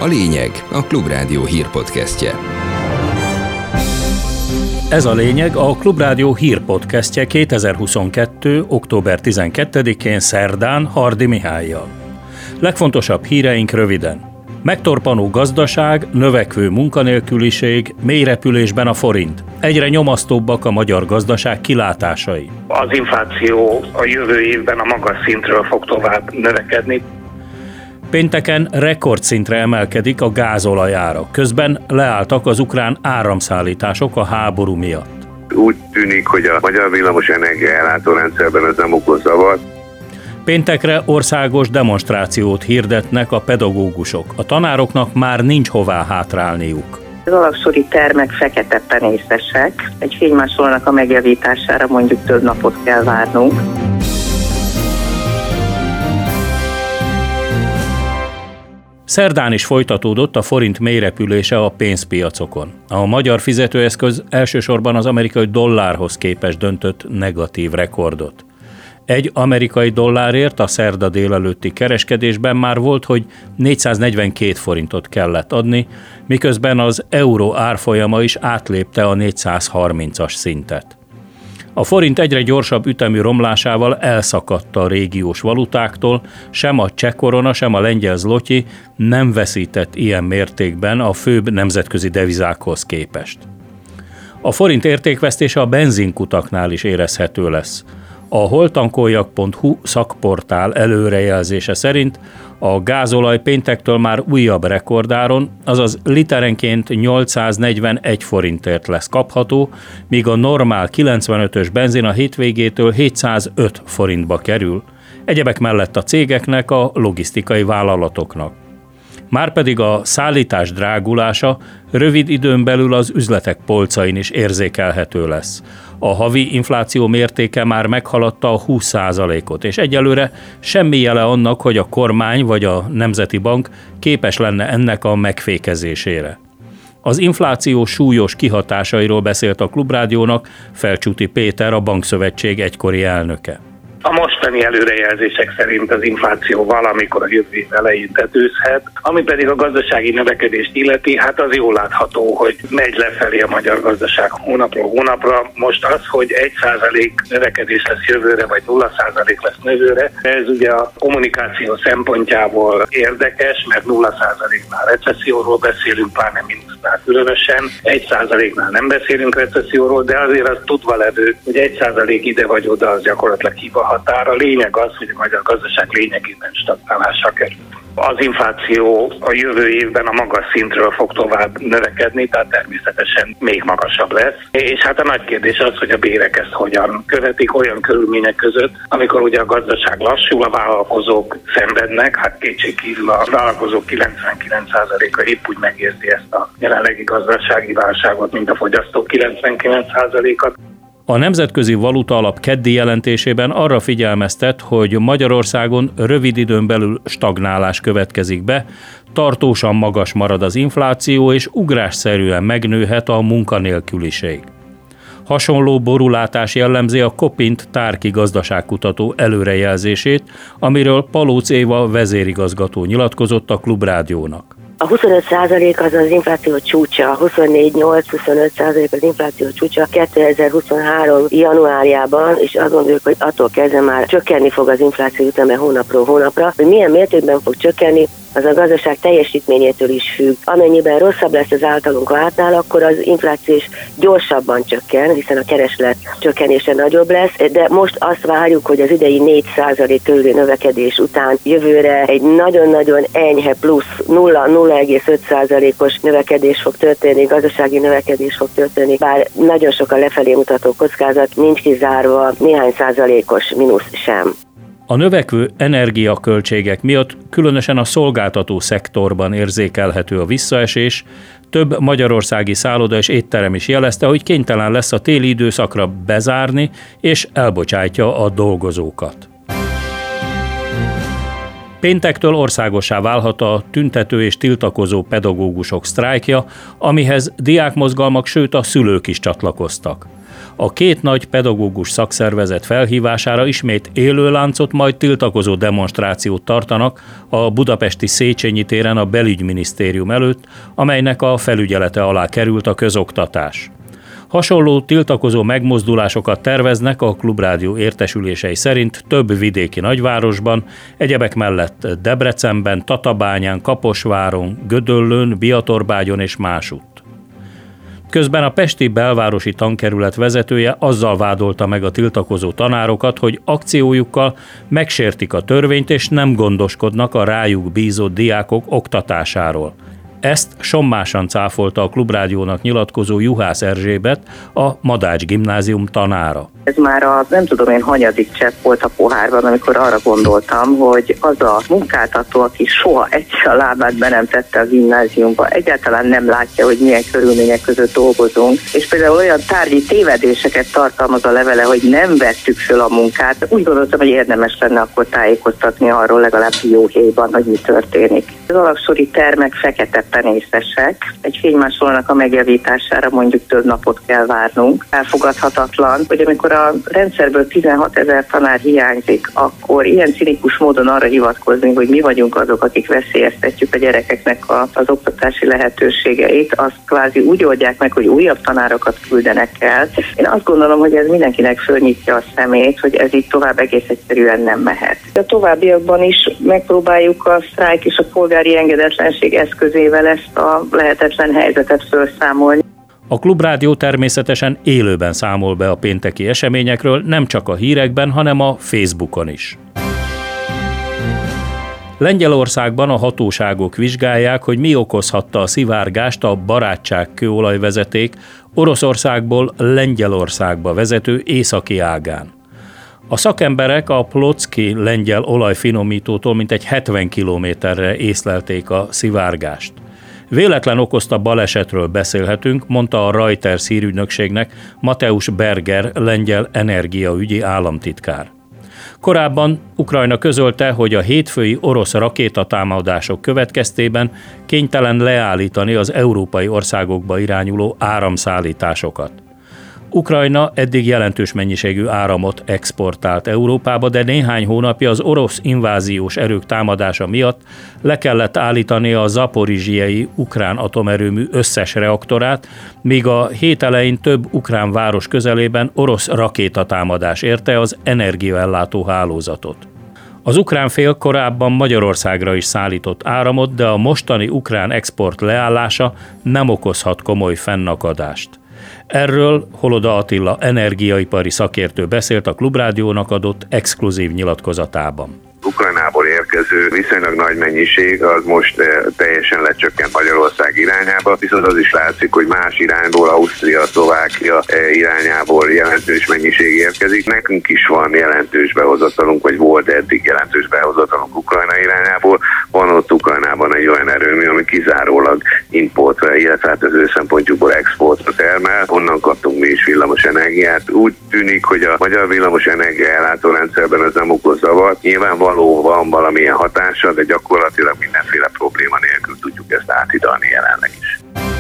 A lényeg a Klubrádió hírpodcastje. Ez a lényeg a Klubrádió hírpodcastje 2022. október 12-én szerdán Hardy Mihállyal. Legfontosabb híreink röviden. Megtorpanó gazdaság, növekvő munkanélküliség, mélyrepülésben a forint. Egyre nyomasztóbbak a magyar gazdaság kilátásai. Az infláció a jövő évben a magas szintről fog tovább növekedni. Pénteken rekordszintre emelkedik a gázolajára, közben leálltak az ukrán áramszállítások a háború miatt. Úgy tűnik, hogy a magyar villamos energia ellátórendszerben ez nem okoz zavart. Péntekre országos demonstrációt hirdetnek a pedagógusok. A tanároknak már nincs hová hátrálniuk. Az alapsori termek fekete penészesek. Egy fénymásolónak a megjavítására mondjuk több napot kell várnunk. Szerdán is folytatódott a forint mélyrepülése a pénzpiacokon. A magyar fizetőeszköz elsősorban az amerikai dollárhoz képest döntött negatív rekordot. Egy amerikai dollárért a szerda délelőtti kereskedésben már volt, hogy 442 forintot kellett adni, miközben az euró árfolyama is átlépte a 430-as szintet. A forint egyre gyorsabb ütemű romlásával elszakadt a régiós valutáktól, sem a cseh korona, sem a lengyel zlotyi nem veszített ilyen mértékben a főbb nemzetközi devizákhoz képest. A forint értékvesztése a benzinkutaknál is érezhető lesz. A holtankoljak.hu szakportál előrejelzése szerint a gázolaj péntektől már újabb rekordáron, azaz literenként 841 forintért lesz kapható, míg a normál 95-ös benzin a hétvégétől 705 forintba kerül, egyebek mellett a cégeknek, a logisztikai vállalatoknak. Márpedig a szállítás drágulása rövid időn belül az üzletek polcain is érzékelhető lesz. A havi infláció mértéke már meghaladta a 20%-ot, és egyelőre semmi jele annak, hogy a kormány vagy a Nemzeti Bank képes lenne ennek a megfékezésére. Az infláció súlyos kihatásairól beszélt a Klubrádiónak Felcsúti Péter, a Bankszövetség egykori elnöke. A mostani előrejelzések szerint az infláció valamikor a jövő év elején tetőzhet, ami pedig a gazdasági növekedést illeti, hát az jól látható, hogy megy lefelé a magyar gazdaság hónapról hónapra. Most az, hogy 1% növekedés lesz jövőre, vagy 0% lesz jövőre, ez ugye a kommunikáció szempontjából érdekes, mert 0%-nál recesszióról beszélünk, pláne mínusznál különösen, 1%-nál nem beszélünk recesszióról, de azért az tudva levő, hogy 1% ide vagy oda, az gyakorlatilag hiba határ. A lényeg az, hogy a magyar gazdaság lényegében stagnálásra kerül. Az infláció a jövő évben a magas szintről fog tovább növekedni, tehát természetesen még magasabb lesz. És hát a nagy kérdés az, hogy a bérek ezt hogyan követik olyan körülmények között, amikor ugye a gazdaság lassul, a vállalkozók szenvednek, hát kétségkívül a vállalkozók 99%-a épp úgy megérzi ezt a jelenlegi gazdasági válságot, mint a fogyasztók 99%-a. A Nemzetközi Valuta Alap keddi jelentésében arra figyelmeztet, hogy Magyarországon rövid időn belül stagnálás következik be, tartósan magas marad az infláció és ugrásszerűen megnőhet a munkanélküliség. Hasonló borulátás jellemzi a Kopint Tárki gazdaságkutató előrejelzését, amiről Palóc Éva vezérigazgató nyilatkozott a Klubrádiónak. A 25% az infláció csúcsa, 24,8-25% az infláció csúcsa 2023. januárjában, és azt gondoljuk, hogy attól kezdve már csökkenni fog az infláció üteme hónapról hónapra. Hogy milyen mértékben fog csökkenni, az a gazdaság teljesítményétől is függ. Amennyiben rosszabb lesz az általunk a hátnál, akkor az infláció is gyorsabban csökken, hiszen a kereslet csökkenése nagyobb lesz, de most azt várjuk, hogy az idei 4% körüli növekedés után jövőre egy nagyon-nagyon enyhe plusz 0,5%-os növekedés fog történni, gazdasági növekedés fog történni, bár nagyon sok a lefelé mutató kockázat, nincs kizárva néhány százalékos mínusz sem. A növekvő energiaköltségek miatt különösen a szolgáltató szektorban érzékelhető a visszaesés. Több magyarországi szálloda és étterem is jelezte, hogy kénytelen lesz a téli időszakra bezárni, és elbocsátja a dolgozókat. Péntektől országossá válhat a tüntető és tiltakozó pedagógusok sztrájkja, amihez diákmozgalmak, sőt a szülők is csatlakoztak. A két nagy pedagógus szakszervezet felhívására ismét élőláncot, majd tiltakozó demonstrációt tartanak a budapesti Széchenyi téren a Belügyminisztérium előtt, amelynek a felügyelete alá került a közoktatás. Hasonló tiltakozó megmozdulásokat terveznek a Klubrádió értesülései szerint több vidéki nagyvárosban, egyebek mellett Debrecenben, Tatabányán, Kaposváron, Gödöllőn, Biatorbágyon és másutt. Közben a pesti belvárosi tankerület vezetője azzal vádolta meg a tiltakozó tanárokat, hogy akciójukkal megsértik a törvényt és nem gondoskodnak a rájuk bízott diákok oktatásáról. Ezt sommásan cáfolta a Klubrádiónak nyilatkozó Juhász Erzsébet, a Madács Gimnázium tanára. Ez már a nem tudom én hanyadik csepp volt a pohárban, amikor arra gondoltam, hogy az a munkáltató, aki soha egyszer a lábát be nem tette a gimnáziumba, egyáltalán nem látja, hogy milyen körülmények között dolgozunk, és például olyan tárgyi tévedéseket tartalmaz a levele, hogy nem vettük föl a munkát. Úgy gondoltam, hogy érdemes lenne akkor tájékoztatni arról legalább dióhéjban, hogy mi történik. Az alaksori termek fekete penészesek, egy fénymásolónak a megjavítására mondjuk több napot kell várnunk. Elfogadhatatlan, hogy amikor a rendszerből 16 000 tanár hiányzik, akkor ilyen cinikus módon arra hivatkozni, hogy mi vagyunk azok, akik veszélyeztetjük a gyerekeknek az oktatási lehetőségeit, azt kvázi úgy oldják meg, hogy újabb tanárokat küldenek el. Én azt gondolom, hogy ez mindenkinek fölnyitja a szemét, hogy ez így tovább egész egyszerűen nem mehet. A továbbiakban is megpróbáljuk a sztrájk és a polgári engedetlenség eszközével ezt a lehetetlen helyzetet felszámolni. A Klubrádió természetesen élőben számol be a pénteki eseményekről, nem csak a hírekben, hanem a Facebookon is. Lengyelországban a hatóságok vizsgálják, hogy mi okozhatta a szivárgást a Barátság kőolajvezeték Oroszországból Lengyelországba vezető északi ágán. A szakemberek a Plocki lengyel olajfinomítótól mintegy 70 kilométerre észlelték a szivárgást. Véletlen okozta balesetről beszélhetünk, mondta a Reuters hírügynökségnek Mateusz Berger lengyel energiaügyi államtitkár. Korábban Ukrajna közölte, hogy a hétfői orosz rakétatámadások következtében kénytelen leállítani az európai országokba irányuló áramszállításokat. Ukrajna eddig jelentős mennyiségű áramot exportált Európába, de néhány hónapja az orosz inváziós erők támadása miatt le kellett állítani a zaporizsiai ukrán atomerőmű összes reaktorát, míg a hét elején több ukrán város közelében orosz rakétatámadás érte az energiaellátó hálózatot. Az ukrán fél korábban Magyarországra is szállított áramot, de a mostani ukrán export leállása nem okozhat komoly fennakadást. Erről Holoda Attila energiaipari szakértő beszélt a Klubrádiónak adott exkluzív nyilatkozatában. Ukrajnából érkező viszonylag nagy mennyiség az most teljesen lecsökkent Magyarország irányába, viszont az is látszik, hogy más irányból, Ausztria, Szlovákia irányából jelentős mennyiség érkezik. Nekünk is van jelentős behozatalunk, vagy volt eddig jelentős behozatalunk Ukrajna irányából. Van ott Ukrajnában egy olyan erőmű, ami kizárólag importra, illetve hát az ő szempontjukból exportra termel. Onnan kaptunk mi is villamos energiát. Úgy tűnik, hogy a magyar villamos energia ellátórendszerben ez nem okoz zavart. Nyilvánvalóan van valamilyen hatása, de gyakorlatilag mindenféle probléma nélkül tudjuk ezt áthidalni jelenleg is.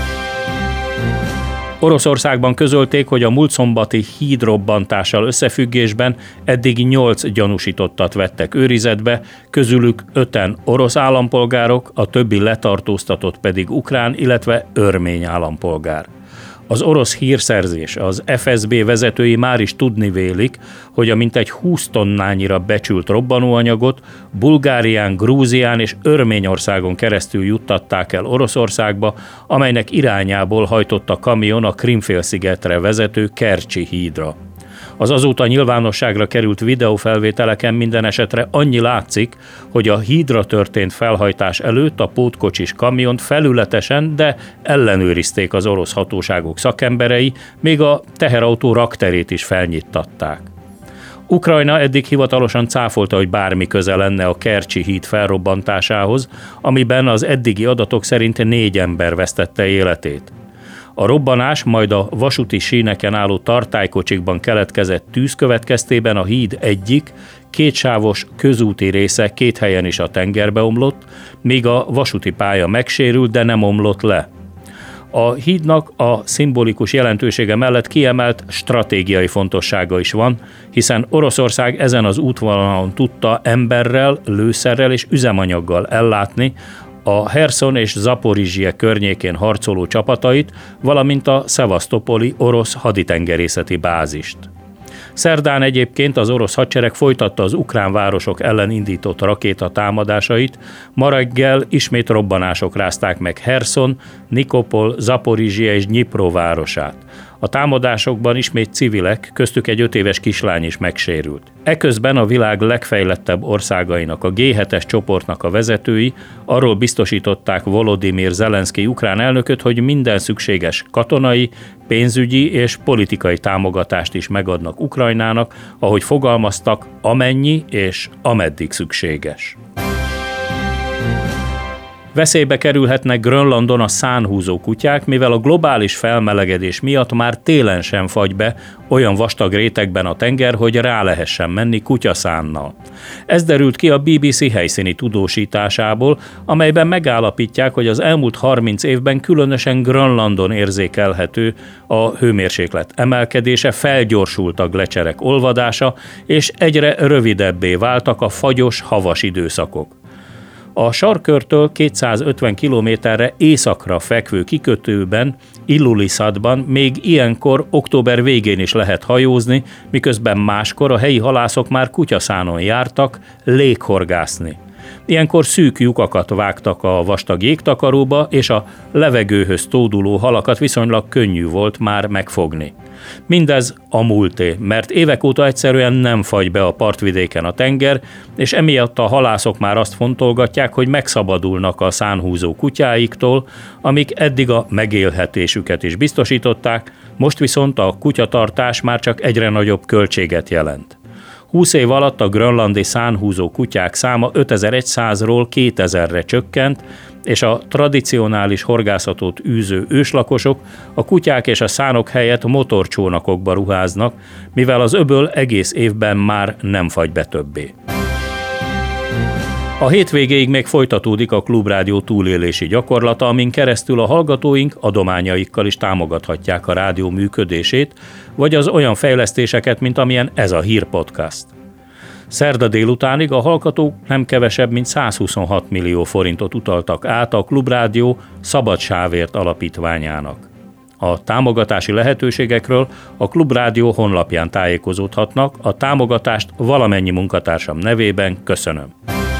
Oroszországban közölték, hogy a múlt szombati hídrobbantással összefüggésben eddig 8 gyanúsítottat vettek őrizetbe, közülük 5-en orosz állampolgárok, a többi letartóztatott pedig ukrán, illetve örmény állampolgár. Az orosz hírszerzés, az FSB vezetői már is tudni vélik, hogy a mintegy 20 tonnányira becsült robbanóanyagot Bulgárián, Grúzián és Örményországon keresztül juttatták el Oroszországba, amelynek irányából hajtott a kamion a Krim-félszigetre vezető Kercsi hídra. Az azóta nyilvánosságra került videófelvételeken minden esetre annyi látszik, hogy a hídra történt felhajtás előtt a pótkocsis kamiont felületesen, de ellenőrizték az orosz hatóságok szakemberei, még a teherautó rakterét is felnyittatták. Ukrajna eddig hivatalosan cáfolta, hogy bármi köze lenne a Kercsi híd felrobbantásához, amiben az eddigi adatok szerint 4 ember vesztette életét. A robbanás majd a vasúti síneken álló tartálykocsikban keletkezett tűz következtében a híd egyik, kétsávos közúti része 2 helyen is a tengerbe omlott, míg a vasúti pálya megsérült, de nem omlott le. A hídnak a szimbolikus jelentősége mellett kiemelt stratégiai fontossága is van, hiszen Oroszország ezen az útvonalon tudta emberrel, lőszerrel és üzemanyaggal ellátni a Herszon és Zaporizhzhia környékén harcoló csapatait, valamint a szevasztopoli orosz haditengerészeti bázist. Szerdán egyébként az orosz hadsereg folytatta az ukrán városok ellen indított rakétatámadásait, ma reggel ismét robbanások rázták meg Herszon, Nikopol, Zaporizhzhia és Dnyipro városát. A támadásokban ismét civilek, köztük egy 5 éves kislány is megsérült. Eközben a világ legfejlettebb országainak, a G7-es csoportnak a vezetői arról biztosították Volodymyr Zelenszkij ukrán elnököt, hogy minden szükséges katonai, pénzügyi és politikai támogatást is megadnak Ukrajnának, ahogy fogalmaztak, amennyi és ameddig szükséges. Veszélybe kerülhetnek Grönlandon a szánhúzó kutyák, mivel a globális felmelegedés miatt már télen sem fagy be olyan vastag rétegben a tenger, hogy rá lehessen menni kutyaszánnal. Ez derült ki a BBC helyszíni tudósításából, amelyben megállapítják, hogy az elmúlt 30 évben különösen Grönlandon érzékelhető a hőmérséklet emelkedése, felgyorsult a glecserek olvadása, és egyre rövidebbé váltak a fagyos, havas időszakok. A sarkkörtől 250 kilométerre északra fekvő kikötőben, Ilulissatban még ilyenkor október végén is lehet hajózni, miközben máskor a helyi halászok már kutyaszánon jártak léghorgászni. Ilyenkor szűk lyukakat vágtak a vastag jégtakaróba, és a levegőhöz tóduló halakat viszonylag könnyű volt már megfogni. Mindez a múlté, mert évek óta egyszerűen nem fagy be a partvidéken a tenger, és emiatt a halászok már azt fontolgatják, hogy megszabadulnak a szánhúzó kutyáiktól, amik eddig a megélhetésüket is biztosították, most viszont a kutyatartás már csak egyre nagyobb költséget jelent. 20 év alatt a grönlandi szánhúzó kutyák száma 5100-ról 2000-re csökkent, és a tradicionális horgászatot űző őslakosok a kutyák és a szánok helyett motorcsónakokba ruháznak, mivel az öböl egész évben már nem fagy be többé. A hétvégéig még folytatódik a Klubrádió túlélési gyakorlata, amin keresztül a hallgatóink adományaikkal is támogathatják a rádió működését, vagy az olyan fejlesztéseket, mint amilyen ez a hírpodcast. Szerda délutánig a hallgatók nem kevesebb, mint 126 millió forintot utaltak át a Klubrádió Szabad Sávért alapítványának. A támogatási lehetőségekről a Klubrádió honlapján tájékozódhatnak, a támogatást valamennyi munkatársam nevében köszönöm.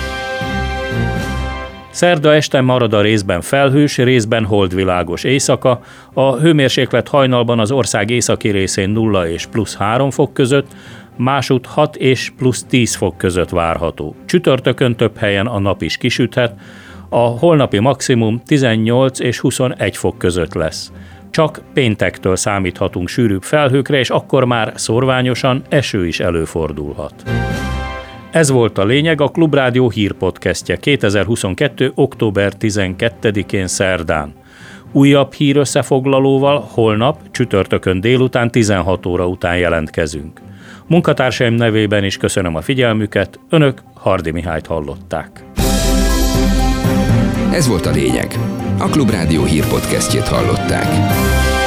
Szerda este marad a részben felhős, részben holdvilágos éjszaka, a hőmérséklet hajnalban az ország északi részén 0 és +3 fok között, másút 6 és +10 fok között várható. Csütörtökön több helyen a nap is kisüthet, a holnapi maximum 18 és 21 fok között lesz. Csak péntektől számíthatunk sűrűbb felhőkre, és akkor már szórványosan eső is előfordulhat. Ez volt a lényeg, a Klubrádió hírpodcastje 2022. október 12-én szerdán. Újabb hírösszefoglalóval holnap, csütörtökön délután 16 óra után jelentkezünk. Munkatársaim nevében is köszönöm a figyelmüket, önök Hardy Mihályt hallották. Ez volt a lényeg. A Klubrádió hírpodcastjét hallották.